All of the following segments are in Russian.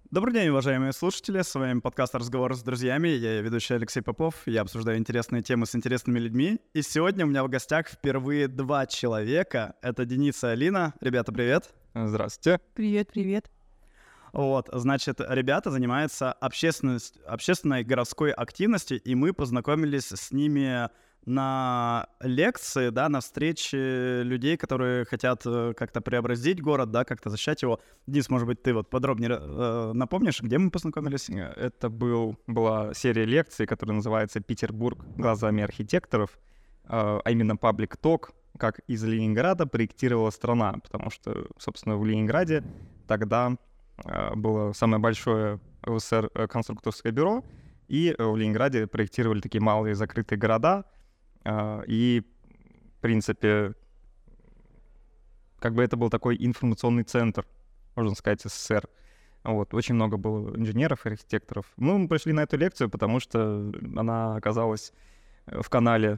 Добрый день, уважаемые слушатели. С вами подкаст «Разговор с друзьями». Я ведущий Алексей Попов. Я обсуждаю интересные темы с интересными людьми. И сегодня у меня в гостях впервые два человека. Это Денис и Алина. Ребята, привет. Здравствуйте. Привет. Значит, ребята занимаются общественной городской активностью, и мы познакомились с ними на лекции, да, на встрече людей, которые хотят как-то преобразить город, да, как-то защищать его. Денис, может быть, ты вот подробнее напомнишь, где мы познакомились? Это была серия лекций, которая называется «Петербург глазами архитекторов», а именно Public Talk, как из Ленинграда проектировала страна, потому что, собственно, в Ленинграде тогда было самое большое в СССР конструкторское бюро, и в Ленинграде проектировали такие малые закрытые города, и, в принципе, как бы это был такой информационный центр, можно сказать, СССР. Вот, очень много было инженеров, архитекторов. Мы пришли на эту лекцию, потому что она оказалась в канале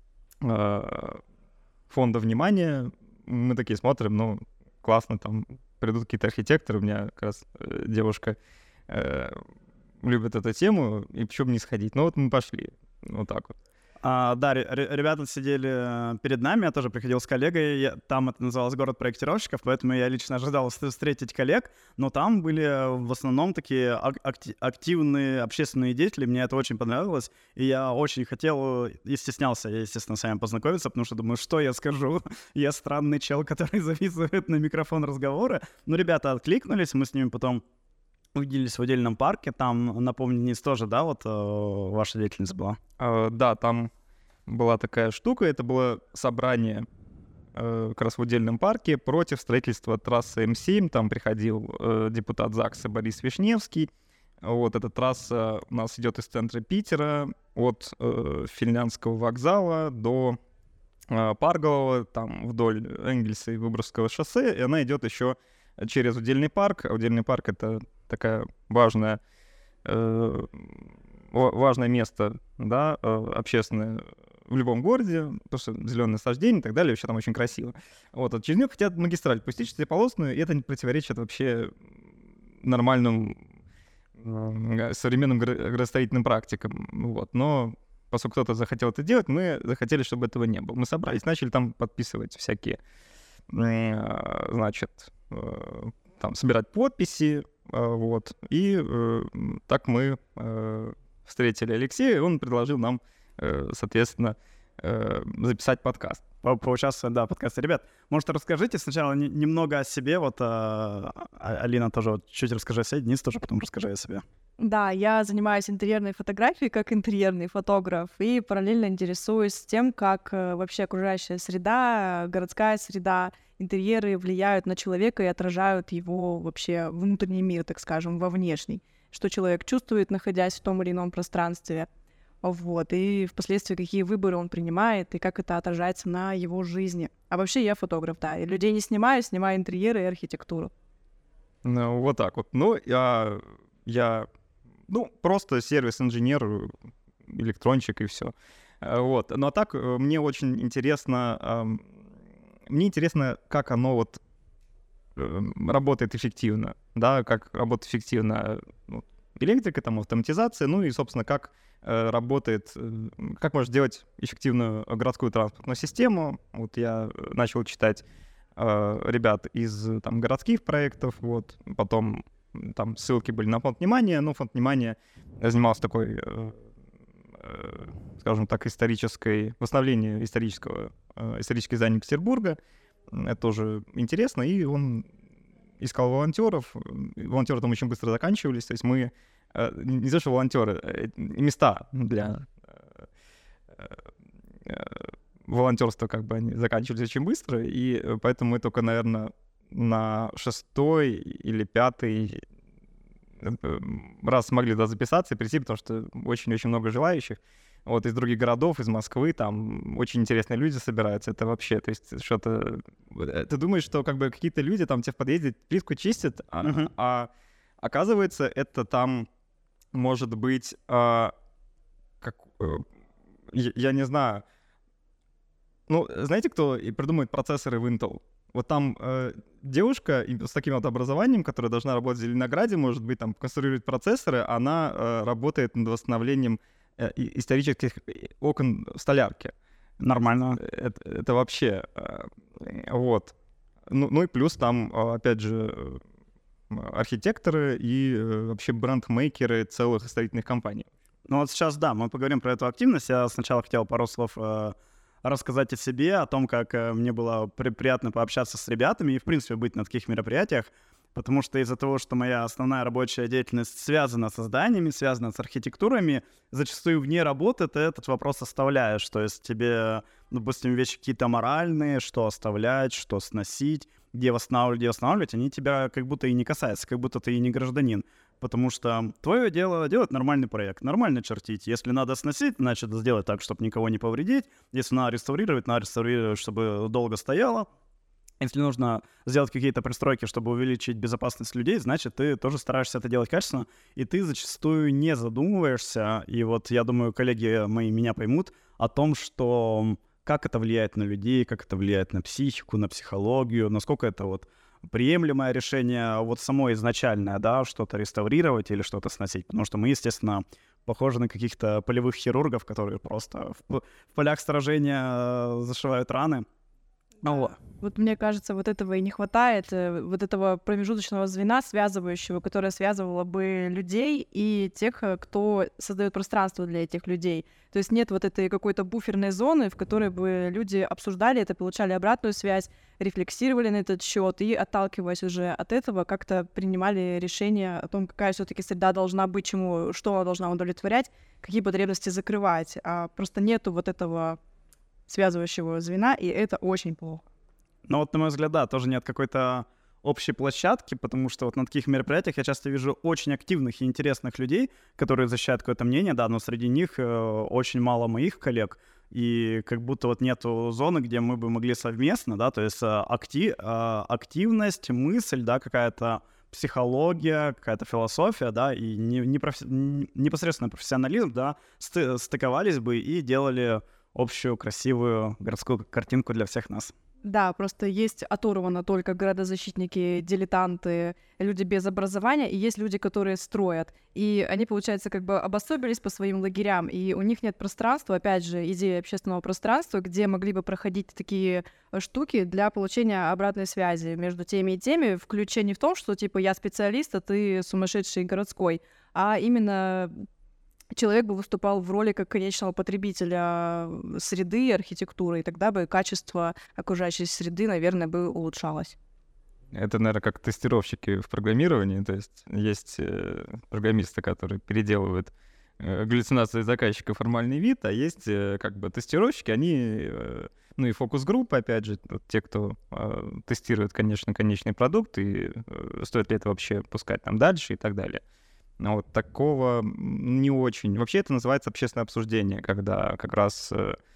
фонда «Внимание». Мы такие смотрим, классно, там придут какие-то архитекторы. У меня как раз девушка любит эту тему, и почему бы не сходить? Вот мы пошли, вот так вот. Да, ребята сидели перед нами, я тоже приходил с коллегой, там это называлось «Город проектировщиков», поэтому я лично ожидал встретить коллег, но там были в основном такие активные общественные деятели, мне это очень понравилось, и я очень хотел и стеснялся, естественно, с вами познакомиться, потому что думаю, что я скажу, я странный чел, который записывает на микрофон разговоры, но ребята откликнулись, мы с ними потом увиделись в отдельном парке, там, напомню, Денис, тоже, да, вот ваша деятельность была? Да, там была такая штука, это было собрание как раз в отдельном парке против строительства трассы М7, там приходил депутат ЗАГСа Борис Вишневский. Вот эта трасса у нас идет из центра Питера, от Финляндского вокзала до Парголова, там вдоль Энгельса и Выборгского шоссе, и она идет еще через удельный парк. Удельный парк — это такая важное место, да, общественное в любом городе, потому что зеленое насаждение и так далее, вообще там очень красиво. Вот, через нее хотят магистраль пустить шестиполосную, и это не противоречит вообще нормальным современным градостроительным практикам. Вот, но поскольку кто-то захотел это делать, мы захотели, чтобы этого не было. Мы собрались, начали там подписывать всякие, значит, там собирать подписи, вот. И так мы встретили Алексея, и он предложил нам, соответственно, записать подкаст. Поучаствовать, да, в подкасте. Ребят, может, расскажите сначала немного о себе, вот Алина тоже вот чуть расскажи о себе, Денис тоже потом расскажи о себе. Да, я занимаюсь интерьерной фотографией как интерьерный фотограф и параллельно интересуюсь тем, как вообще окружающая среда, городская среда, интерьеры влияют на человека и отражают его вообще внутренний мир, так скажем, во внешний. Что человек чувствует, находясь в том или ином пространстве, вот, и впоследствии какие выборы он принимает и как это отражается на его жизни. А вообще я фотограф, да, и людей не снимаю интерьеры и архитектуру. Вот так вот. Я просто сервис-инженер, электронщик и все. Вот. Но так мне очень интересно, как оно вот работает эффективно, да, как работает эффективно электрика, там, автоматизация, и, собственно, как работает, как можно сделать эффективную городскую транспортную систему. Вот я начал читать ребят из там городских проектов, вот, потом там ссылки были на фонд «Внимание», фонд «Внимание» занимался такой, скажем так, восстановлением исторических зданий Петербурга. Это тоже интересно, и он искал волонтеров. Волонтеры там очень быстро заканчивались, то есть мы не то что волонтеры, места для волонтерства как бы они заканчивались очень быстро, и поэтому мы только, наверное, на 6-й или 5-й раз смогли туда записаться и прийти, потому что очень-очень много желающих. Вот из других городов, из Москвы, там очень интересные люди собираются. Это вообще, то есть что-то... Ты думаешь, что как бы какие-то люди там тебе в подъезде плитку чистят, а оказывается, это там может быть, я не знаю... знаете, кто и придумывает процессоры в Intel? вот там девушка с таким вот образованием, которая должна работать в Зеленограде, может быть, там, конструировать процессоры, она работает над восстановлением исторических окон в столярке. Нормально. Это вообще... Вот. Ну и плюс там, опять же, архитекторы и вообще бренд-мейкеры целых строительных компаний. Ну вот сейчас, да, мы поговорим про эту активность. Я сначала хотел пару слов рассказать о себе, о том, как мне было приятно пообщаться с ребятами и, в принципе, быть на таких мероприятиях, потому что из-за того, что моя основная рабочая деятельность связана со зданиями, связана с архитектурами, зачастую вне работы ты этот вопрос оставляешь. То есть тебе, допустим, вещи какие-то моральные, что оставлять, что сносить, где восстанавливать, они тебя как будто и не касаются, как будто ты и не гражданин. Потому что твое дело делать нормальный проект, нормально чертить. Если надо сносить, значит, сделать так, чтобы никого не повредить. Если надо реставрировать, чтобы долго стояло. Если нужно сделать какие-то пристройки, чтобы увеличить безопасность людей, значит, ты тоже стараешься это делать качественно, и ты зачастую не задумываешься. И вот я думаю, коллеги мои меня поймут о том, что как это влияет на людей, как это влияет на психику, на психологию, насколько это вот приемлемое решение вот само изначальное, да, что-то реставрировать или что-то сносить. Потому что мы, естественно, похожи на каких-то полевых хирургов, которые просто в полях сражения зашивают раны. Вот мне кажется, вот этого и не хватает, вот этого промежуточного звена, связывающего, которое связывало бы людей и тех, кто создает пространство для этих людей. То есть нет вот этой какой-то буферной зоны, в которой бы люди обсуждали это, получали обратную связь, рефлексировали на этот счет и, отталкиваясь уже от этого, как-то принимали решение о том, какая все-таки среда должна быть, что она должна удовлетворять, какие потребности закрывать. А просто нету вот этого связывающего звена, и это очень плохо. Ну вот, на мой взгляд, да, тоже нет какой-то общей площадки, потому что вот на таких мероприятиях я часто вижу очень активных и интересных людей, которые защищают какое-то мнение, да, но среди них очень мало моих коллег, и как будто вот нету зоны, где мы бы могли совместно, да, то есть активность, мысль, да, какая-то психология, какая-то философия, да, и непосредственно профессионализм, да, стыковались бы и делали общую красивую городскую картинку для всех нас. Да, просто есть оторвано только городозащитники, дилетанты, люди без образования, и есть люди, которые строят. И они, получается, как бы обособились по своим лагерям, и у них нет пространства, опять же, идея общественного пространства, где могли бы проходить такие штуки для получения обратной связи между теми и теми, включение в том, что, типа, я специалист, а ты сумасшедший городской, а именно человек бы выступал в роли как конечного потребителя среды, архитектуры, и тогда бы качество окружающей среды, наверное, бы улучшалось. Это, наверное, как тестировщики в программировании. То есть программисты, которые переделывают галлюцинации заказчика в формальный вид, а есть как бы тестировщики, они, ну и фокус-группы, опять же, вот те, кто тестирует, конечно, конечный продукт, и стоит ли это вообще пускать там дальше и так далее. Но вот такого не очень. Вообще это называется общественное обсуждение, когда как раз,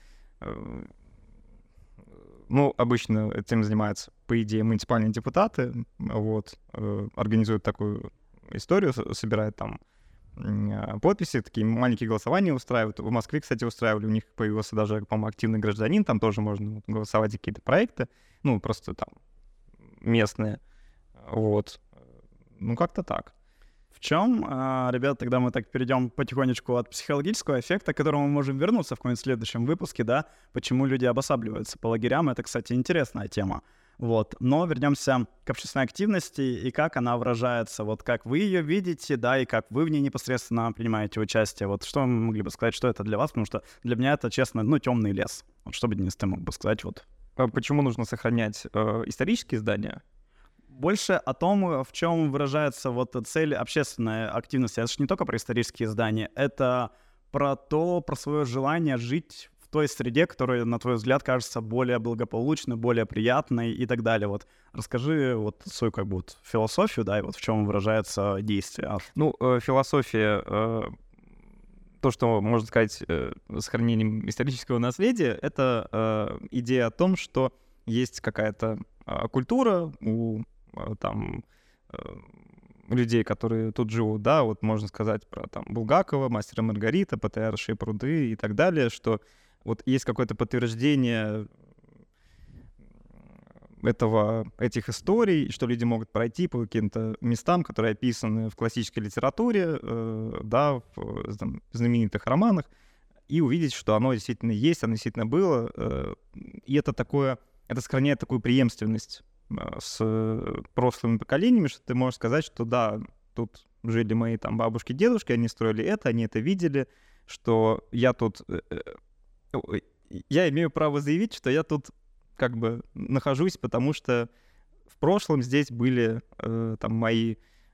ну, обычно этим занимаются, по идее, муниципальные депутаты, вот, организуют такую историю, собирают там подписи, такие маленькие голосования устраивают. В Москве, кстати, устраивали, у них появился даже, по-моему, активный гражданин, там тоже можно голосовать за какие-то проекты, ну, просто там местные, вот. Ну, как-то так. В чем, ребята, тогда мы так перейдем потихонечку от психологического эффекта, к которому мы можем вернуться в каком-нибудь следующем выпуске, да, почему люди обосабливаются по лагерям, это, кстати, интересная тема. Вот. Но вернемся к общественной активности и как она выражается, вот как вы ее видите, да, и как вы в ней непосредственно принимаете участие. Вот что вы могли бы сказать, что это для вас, потому что для меня это, честно, ну, темный лес. Вот что бы Денис, ты мог бы сказать, вот. Почему нужно сохранять исторические здания? Больше о том, в чем выражается вот цель общественной активности. Это же не только про исторические здания, это про свое желание жить в той среде, которая, на твой взгляд, кажется более благополучной, более приятной и так далее. Вот расскажи вот свою как бы вот философию, да, и вот в чем выражается действие. Ну, философия, то, что можно сказать сохранением исторического наследия, это идея о том, что есть какая-то культура у там людей, которые тут живут, да, вот можно сказать про там Булгакова, Мастера Маргарита, Патриаршие пруды и так далее, что вот есть какое-то подтверждение этих историй, что люди могут пройти по каким-то местам, которые описаны в классической литературе, да, в знаменитых романах, и увидеть, что оно действительно есть, оно действительно было. И это сохраняет такую преемственность с прошлыми поколениями, что ты можешь сказать, что да, тут жили мои там бабушки, дедушки, они строили это, они это видели, что я тут... Я имею право заявить, что я тут как бы нахожусь, потому что в прошлом здесь были там мои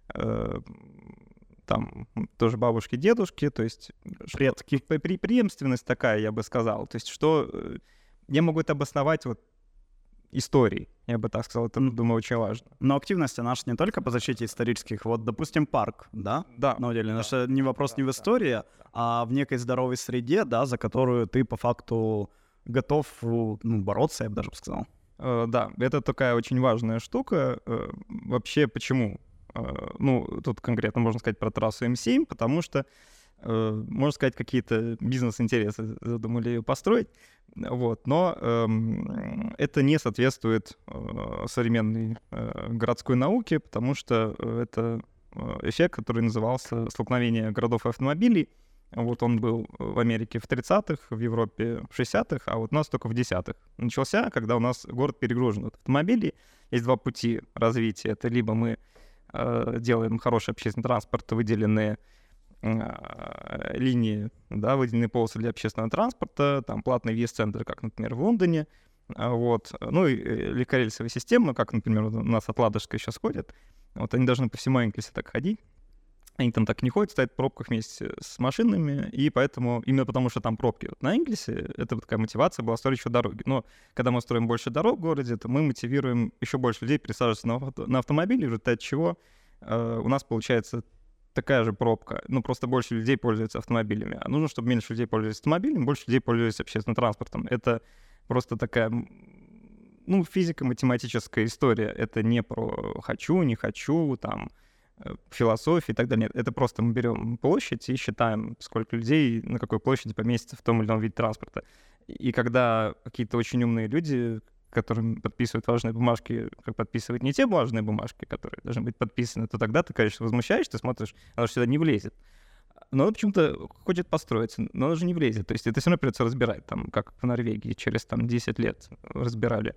там тоже бабушки, дедушки, то есть предки, преемственность такая, я бы сказал. То есть что я могу это обосновать вот историей, я бы так сказал, это, думаю, очень важно. Но активность, она же не только по защите исторических, вот, допустим, парк, да? Да. На деле, это не вопрос не в истории, а в некой здоровой среде, да, за которую ты по факту готов бороться, я бы даже сказал. Да, это такая очень важная штука. Вообще, почему? Тут конкретно можно сказать про трассу М7, потому что, можно сказать, какие-то бизнес-интересы задумали ее построить, вот, но это не соответствует современной городской науке, потому что это эффект, который назывался «столкновение городов и автомобилей». Вот он был в Америке в 30-х, в Европе в 60-х, а вот у нас только в 10-х начался, когда у нас город перегружен от автомобилей. Есть два пути развития. Это либо мы делаем хороший общественный транспорт, выделенные линии, да, выделенные полосы для общественного транспорта, там платные въезд-центры, как, например, в Лондоне, вот, и легкорельсовые системы, как, например, у нас от Ладожской сейчас ходят, вот они должны по всему Энгельсе так ходить. Они там так не ходят, стоят в пробках вместе с машинами, и поэтому, именно потому что там пробки вот на Энгельсе, это вот такая мотивация была строить еще дороги. Но когда мы строим больше дорог в городе, то мы мотивируем еще больше людей пересаживаться на автомобили, в результате чего у нас получается такая же пробка. Просто больше людей пользуются автомобилями. А нужно, чтобы меньше людей пользовались автомобилями, больше людей пользовались общественным транспортом. Это просто такая... физико-математическая история. Это не про хочу, не хочу, там, философии и так далее. Нет, это просто мы берем площадь и считаем, сколько людей на какой площади поместится в том или ином виде транспорта. И когда какие-то очень умные люди, которым подписывают важные бумажки, как подписывают не те важные бумажки, которые должны быть подписаны, то тогда ты, конечно, возмущаешься, ты смотришь, оно же сюда не влезет. Но он почему-то хочет построиться, но оно же не влезет. То есть это все равно придется разбирать, там, как в Норвегии через 10 лет разбирали.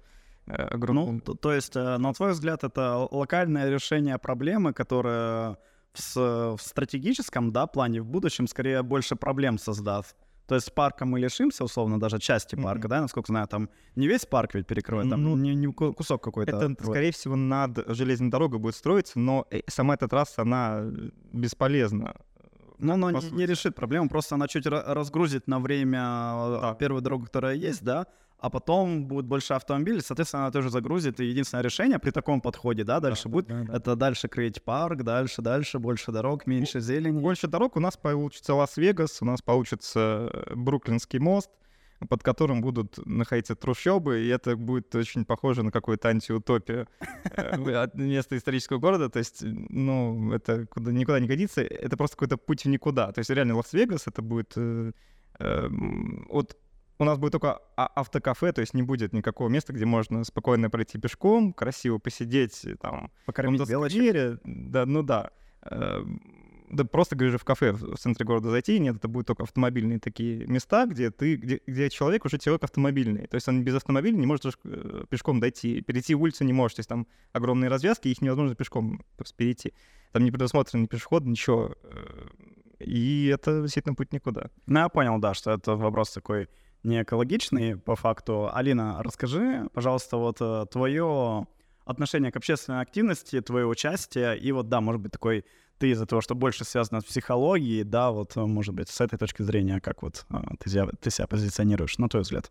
То есть, на твой взгляд, это локальное решение проблемы, которое в стратегическом, да, плане в будущем скорее больше проблем создаст. То есть парка мы лишимся, условно, даже части парка, да, насколько знаю, там не весь парк ведь перекроет, там не кусок какой-то. Это, скорее всего, над железной дорогой будет строиться, но сама эта трасса, она бесполезна. Но она не решит проблему, просто она чуть разгрузит на время первую дорогу, которая есть, да, а потом будет больше автомобилей, соответственно, она тоже загрузит, и единственное решение при таком подходе, да, дальше будет, это дальше креять парк, дальше, больше дорог, меньше зелени. Больше дорог, у нас получится Лас-Вегас, у нас получится Бруклинский мост, под которым будут находиться трущобы, и это будет очень похоже на какую-то антиутопию места исторического города, то есть, это никуда не годится, это просто какой-то путь в никуда, то есть реально Лас-Вегас это будет... У нас будет только автокафе, то есть не будет никакого места, где можно спокойно пройти пешком, красиво посидеть, там, покормить белочек. Да просто, говорю, в кафе в центре города зайти, нет, это будут только автомобильные такие места, где человек уже человек автомобильный, то есть он без автомобиля не может даже пешком дойти, перейти улицу не может, то есть там огромные развязки, их невозможно пешком перейти, там не предусмотрен ни пешеход, ничего, и это действительно путь никуда. Я понял, да, что это вопрос такой не экологичный по факту. Алина, расскажи, пожалуйста, вот твое отношение к общественной активности, твое участие, и вот, да, может быть, такой ты из-за того, что больше связано с психологией, да, вот, может быть, с этой точки зрения, как вот ты себя позиционируешь, на твой взгляд?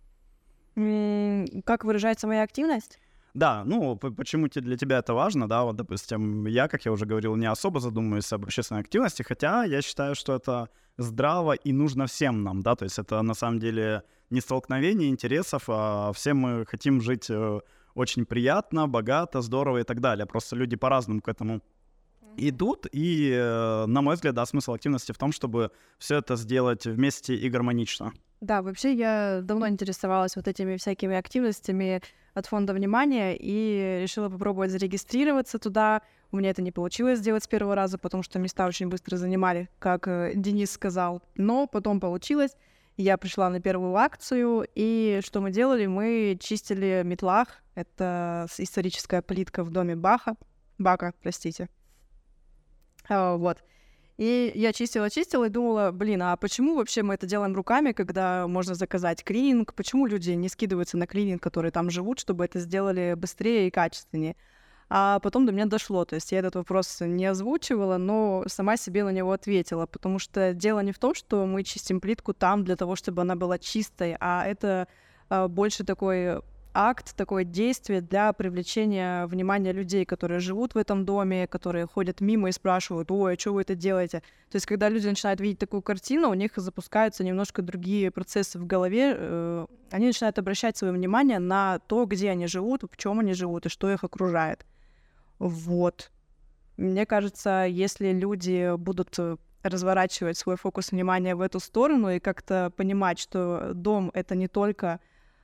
Как выражается моя активность? Да, почему для тебя это важно, да, вот, допустим, я, как я уже говорил, не особо задумываюсь об общественной активности, хотя я считаю, что это здраво и нужно всем нам, да, то есть это на самом деле не столкновение интересов, а все мы хотим жить очень приятно, богато, здорово и так далее, просто люди по-разному к этому идут, и, на мой взгляд, да, смысл активности в том, чтобы все это сделать вместе и гармонично. Да, вообще я давно интересовалась вот этими всякими активностями от фонда внимания и решила попробовать зарегистрироваться туда. У меня это не получилось сделать с первого раза, потому что места очень быстро занимали, как Денис сказал. Но потом получилось. Я пришла на первую акцию, и что мы делали? Мы чистили метлах. Это историческая плитка в доме Бака, простите. Вот. И я чистила и думала, а почему вообще мы это делаем руками, когда можно заказать клининг? Почему люди не скидываются на клининг, которые там живут, чтобы это сделали быстрее и качественнее? А потом до меня дошло, то есть я этот вопрос не озвучивала, но сама себе на него ответила, потому что дело не в том, что мы чистим плитку там для того, чтобы она была чистой, а это больше такой акт, такое действие для привлечения внимания людей, которые живут в этом доме, которые ходят мимо и спрашивают: ой, а что вы это делаете? То есть когда люди начинают видеть такую картину, у них запускаются немножко другие процессы в голове, они начинают обращать свое внимание на то, где они живут, в чем они живут и что их окружает. Вот. Мне кажется, если люди будут разворачивать свой фокус внимания в эту сторону и как-то понимать, что дом — это не только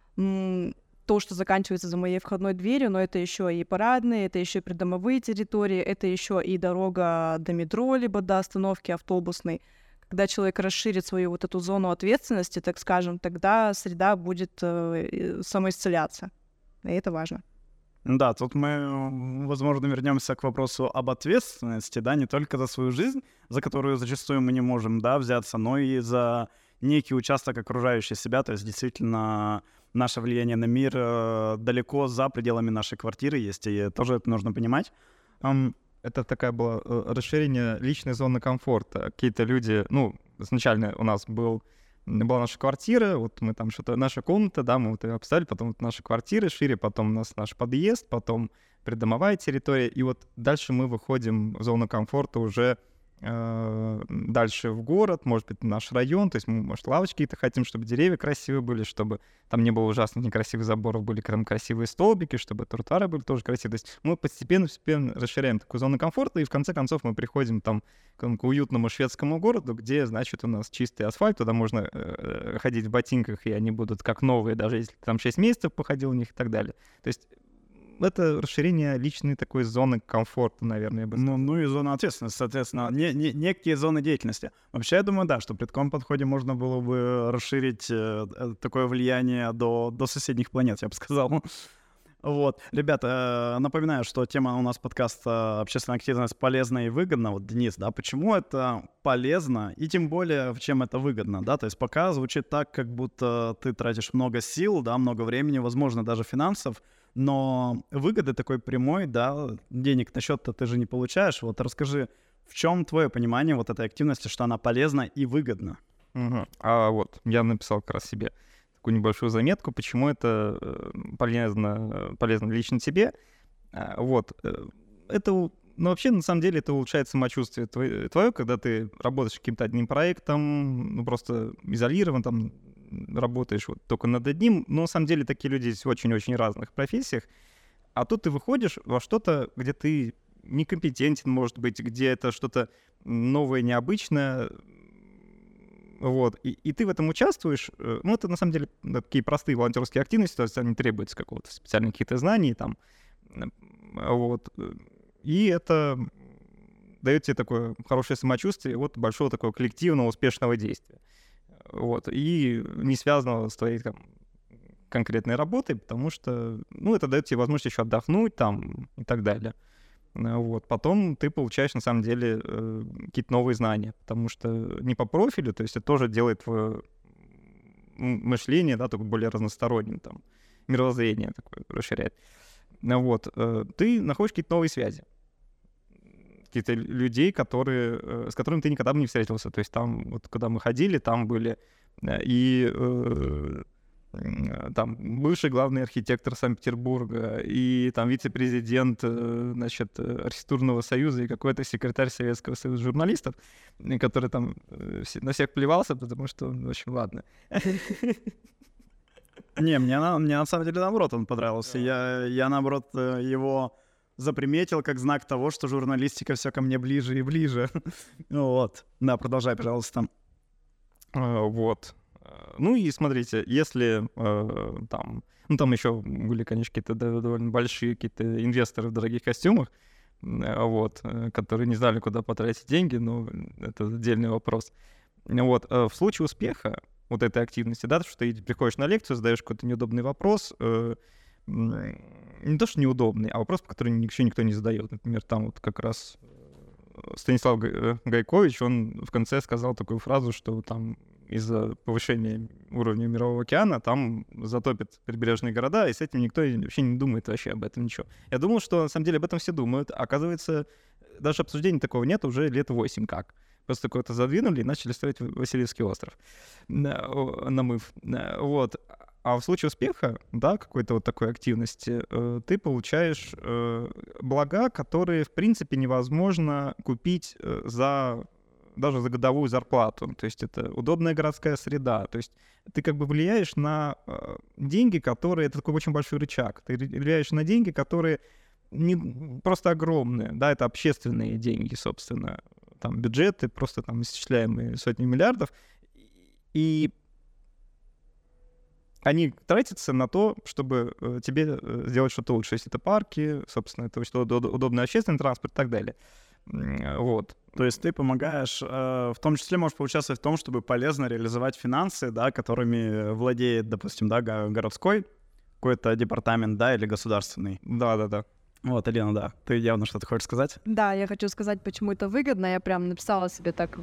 то, что заканчивается за моей входной дверью, но это еще и парадные, это еще и придомовые территории, это еще и дорога до метро, либо до остановки автобусной. Когда человек расширит свою вот эту зону ответственности, так скажем, тогда среда будет самоисцеляться. И это важно. Да, тут мы, возможно, вернемся к вопросу об ответственности, да, не только за свою жизнь, за которую зачастую мы не можем, да, взяться, но и за некий участок окружающий себя, то есть действительно наше влияние на мир далеко за пределами нашей квартиры есть, и тоже это нужно понимать. Это такая была расширение личной зоны комфорта. Какие-то люди, изначально у нас была наша квартира, вот мы там что-то, наша комната, да, мы вот ее обставили, потом вот наши квартиры шире, потом у нас наш подъезд, потом придомовая территория, и вот дальше мы выходим в зону комфорта уже дальше в город, может быть, наш район, то есть мы, может, лавочки какие-то хотим, чтобы деревья красивые были, чтобы там не было ужасных некрасивых заборов, были там красивые столбики, чтобы тротуары были тоже красивые. То есть мы постепенно расширяем такую зону комфорта, и в конце концов мы приходим там к уютному шведскому городу, где, значит, у нас чистый асфальт, туда можно ходить в ботинках, и они будут как новые, даже если там 6 месяцев походил в них и так далее. То есть это расширение личной такой зоны комфорта, наверное, я бы сказал. Ну и зона ответственности, соответственно, некие зоны деятельности. Вообще, я думаю, да, что при таком подходе можно было бы расширить такое влияние до соседних планет, я бы сказал. Вот. Ребята, напоминаю, что тема у нас подкаста «Общественная активность полезна и выгодна». Вот, Денис, да, почему это полезно и тем более, в чем это выгодно, да? То есть пока звучит так, как будто ты тратишь много сил, да, много времени, возможно, даже финансов, но выгоды такой прямой, да, денег на счет-то ты же не получаешь. Вот расскажи, в чем твое понимание вот этой активности, что она полезна и выгодна? А вот я написал как раз себе такую небольшую заметку, почему это полезно лично тебе. Вот. Это, вообще, на самом деле, это улучшает самочувствие твое, когда ты работаешь каким-то одним проектом, просто изолирован, там, работаешь вот только над одним. Но, на самом деле, такие люди есть в очень-очень разных профессиях. А тут ты выходишь во что-то, где ты некомпетентен, может быть, где это что-то новое, необычное. Вот. И ты в этом участвуешь. Ну, это, на самом деле, такие простые волонтерские активности, то есть они требуются какого-то специальных каких-то знаний, там. Вот. И это дает тебе такое хорошее самочувствие вот большого такого коллективного успешного действия. Вот, и не связанного с твоей там конкретной работой, потому что, это дает тебе возможность еще отдохнуть там и так далее. Вот, потом ты получаешь, на самом деле, какие-то новые знания, потому что не по профилю, то есть это тоже делает твое мышление, да, только более разносторонним, там, мировоззрение такое расширяет. Вот, ты находишь какие-то новые связи. Каких-то людей, с которыми ты никогда бы не встретился. То есть там, вот когда мы ходили, там были и там бывший главный архитектор Санкт-Петербурга, и там вице-президент, значит, архитектурного союза, и какой-то секретарь Советского союза журналистов, который там на всех плевался, потому что, в общем, ладно. Не, мне на самом деле, наоборот, он понравился. Я наоборот, его заприметил как знак того, что журналистика все ко мне ближе и ближе. Вот. Да, продолжай, пожалуйста. Вот. Ну и смотрите, если там еще были, конечно, какие-то довольно большие какие-то инвесторы в дорогих костюмах, вот, которые не знали, куда потратить деньги, но это отдельный вопрос. Вот, в случае успеха вот этой активности, да, что ты приходишь на лекцию, задаешь какой-то неудобный вопрос, не то, что неудобный, а вопрос, по которому еще никто не задает. Например, там вот как раз Станислав Гайкович, он в конце сказал такую фразу, что там из-за повышения уровня Мирового океана там затопят прибрежные города, и с этим никто вообще не думает вообще об этом ничего. Я думал, что на самом деле об этом все думают, а оказывается, даже обсуждения такого нет уже лет 8 как. Просто кого-то задвинули и начали строить Васильевский остров, намыв. Вот. А в случае успеха, да, какой-то вот такой активности, ты получаешь блага, которые, в принципе, невозможно купить даже за годовую зарплату. То есть это удобная городская среда. То есть ты как бы влияешь на деньги, которые... Это такой очень большой рычаг. Ты влияешь на деньги, которые не просто огромные. Да, это общественные деньги, собственно. Там бюджеты просто там исчисляемые сотни миллиардов. И они тратятся на то, чтобы тебе сделать что-то лучше. Если это парки, собственно, это удобный общественный транспорт и так далее. Вот. То есть ты помогаешь, в том числе можешь поучаствовать в том, чтобы полезно реализовать финансы, да, которыми владеет, допустим, да, городской какой-то департамент, да, или государственный. Да. Вот, Алина, да, ты явно что-то хочешь сказать? Да, я хочу сказать, почему это выгодно. Я прям написала себе так.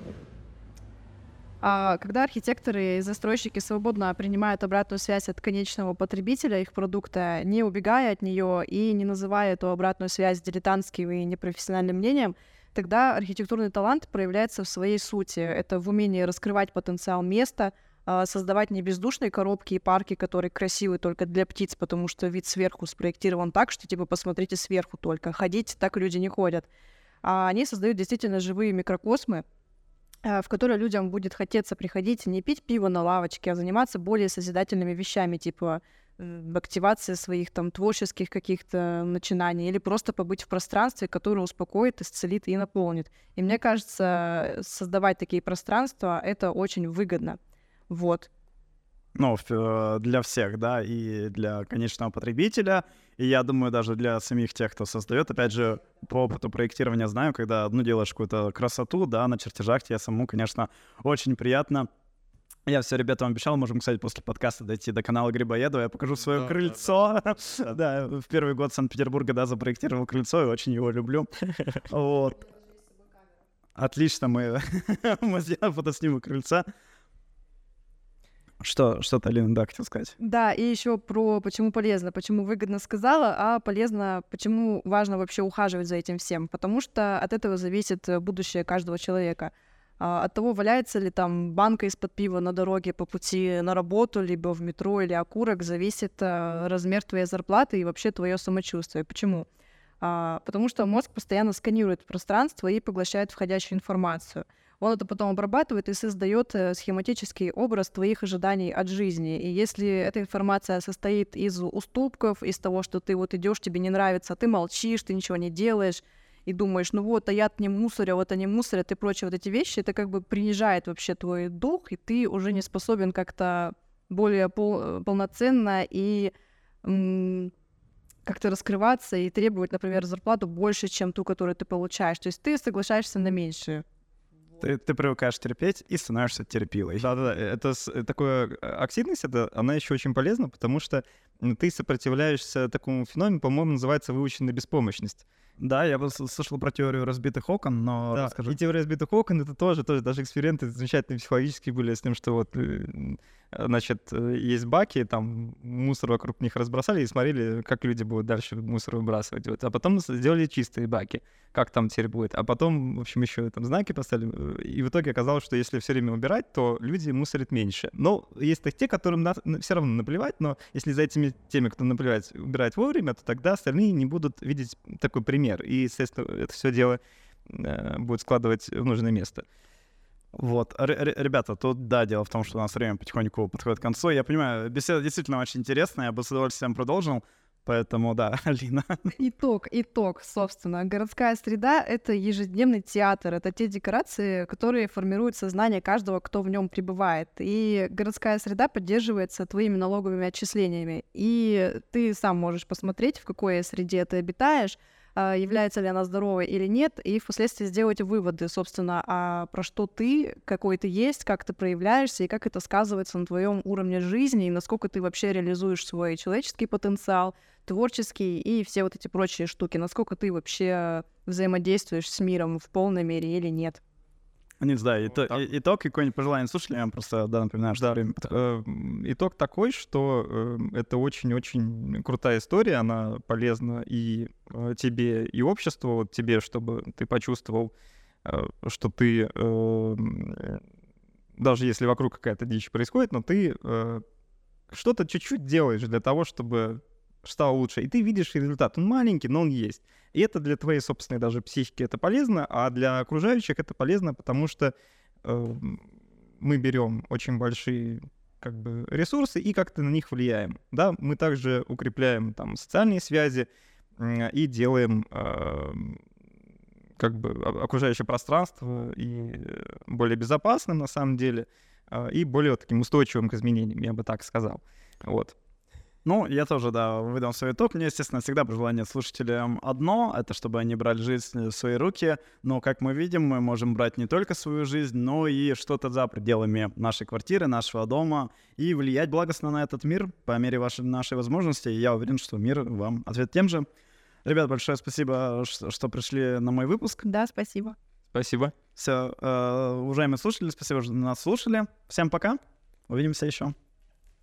Когда архитекторы и застройщики свободно принимают обратную связь от конечного потребителя их продукта, не убегая от нее и не называя эту обратную связь дилетантским и непрофессиональным мнением, тогда архитектурный талант проявляется в своей сути. Это в умении раскрывать потенциал места, создавать не бездушные коробки и парки, которые красивы только для птиц, потому что вид сверху спроектирован так, что типа посмотрите сверху только. Ходить так люди не ходят. А они создают действительно живые микрокосмы, в которые людям будет хотеться приходить не пить пиво на лавочке, а заниматься более созидательными вещами, типа активации своих там творческих каких-то начинаний или просто побыть в пространстве, которое успокоит, исцелит и наполнит. И мне кажется, создавать такие пространства — это очень выгодно. Вот. Ну, для всех, да, и для конечного потребителя, и я думаю, даже для самих тех, кто создает. Опять же, по опыту проектирования знаю, когда, делаешь какую-то красоту, да, на чертежах, тебе самому, конечно, очень приятно. Я все ребятам обещал, можем, кстати, после подкаста дойти до канала Грибоедова, я покажу свое крыльцо. Да, в первый год Санкт-Петербурга, да, запроектировал крыльцо, и очень его люблю. Вот. Отлично, мы сделаем фотоснимок крыльца. Что-то, Алина, да, хотел сказать. Да, и еще про почему полезно, почему выгодно сказала, а полезно, почему важно вообще ухаживать за этим всем. Потому что от этого зависит будущее каждого человека. От того, валяется ли там банка из-под пива на дороге по пути на работу, либо в метро или окурок, зависит размер твоей зарплаты и вообще твое самочувствие. Почему? Потому что мозг постоянно сканирует пространство и поглощает входящую информацию. Он это потом обрабатывает и создает схематический образ твоих ожиданий от жизни. И если эта информация состоит из уступков, из того, что ты вот идешь, тебе не нравится, а ты молчишь, ты ничего не делаешь, и думаешь, ну вот, а я-то не мусорю, вот они мусорят и прочие вот эти вещи, это как бы принижает вообще твой дух, и ты уже не способен как-то более полноценно и как-то раскрываться и требовать, например, зарплату больше, чем ту, которую ты получаешь. То есть ты соглашаешься на меньшее. Ты привыкаешь терпеть и становишься терпилой. Да, это такая активность, она еще очень полезна, потому что ты сопротивляешься такому феномену, по-моему, называется выученная беспомощность. Да, я слышал про теорию разбитых окон, но да, расскажи. И теория разбитых окон — это тоже даже эксперименты замечательные психологические были с тем, что вот, значит, есть баки, там мусор вокруг них разбросали и смотрели, как люди будут дальше мусор выбрасывать. Вот. А потом сделали чистые баки, как там теперь будет. А потом, в общем, еще там знаки поставили. И в итоге оказалось, что если все время убирать, то люди мусорят меньше. Но есть те, которым все равно наплевать, но если за теми, кто наплевать, убирать вовремя, то тогда остальные не будут видеть такой пример. И, естественно, это все дело будет складывать в нужное место. Вот, ребята, тут, да, дело в том, что у нас время потихоньку подходит к концу. Я понимаю, беседа действительно очень интересная, я бы с удовольствием продолжил, Поэтому, да, Алина. Итог, собственно. Городская среда — это ежедневный театр, это те декорации, которые формируют сознание каждого, кто в нем пребывает. И городская среда поддерживается твоими налоговыми отчислениями. И ты сам можешь посмотреть, в какой среде ты обитаешь, является ли она здоровой или нет, и впоследствии сделать выводы, собственно, про что ты, какой ты есть, как ты проявляешься, и как это сказывается на твоем уровне жизни, и насколько ты вообще реализуешь свой человеческий потенциал, творческий и все вот эти прочие штуки, насколько ты вообще взаимодействуешь с миром в полной мере или нет. Не знаю, итог и какое-нибудь пожелание слушателям, просто, напоминаю, что время подходит. Итог такой, что это очень-очень крутая история, она полезна и тебе, и обществу, вот тебе, чтобы ты почувствовал, что ты, даже если вокруг какая-то дичь происходит, но ты что-то чуть-чуть делаешь для того, чтобы стало лучше. И ты видишь результат. Он маленький, но он есть. И это для твоей собственной даже психики это полезно, а для окружающих это полезно, потому что мы берем очень большие ресурсы и как-то на них влияем. Да? Мы также укрепляем там социальные связи и делаем окружающее пространство и более безопасным на самом деле, и более таким устойчивым к изменениям, я бы так сказал. Вот. Ну, я тоже, выдам свой итог. Мне, естественно, всегда пожелание слушателям одно — это чтобы они брали жизнь в свои руки. Но, как мы видим, мы можем брать не только свою жизнь, но и что-то за пределами нашей квартиры, нашего дома, и влиять благостно на этот мир по мере нашей возможности. И я уверен, что мир вам ответит тем же. Ребят, большое спасибо, что пришли на мой выпуск. Да, спасибо. Спасибо. Все, уважаемые слушатели, спасибо, что нас слушали. Всем пока. Увидимся еще.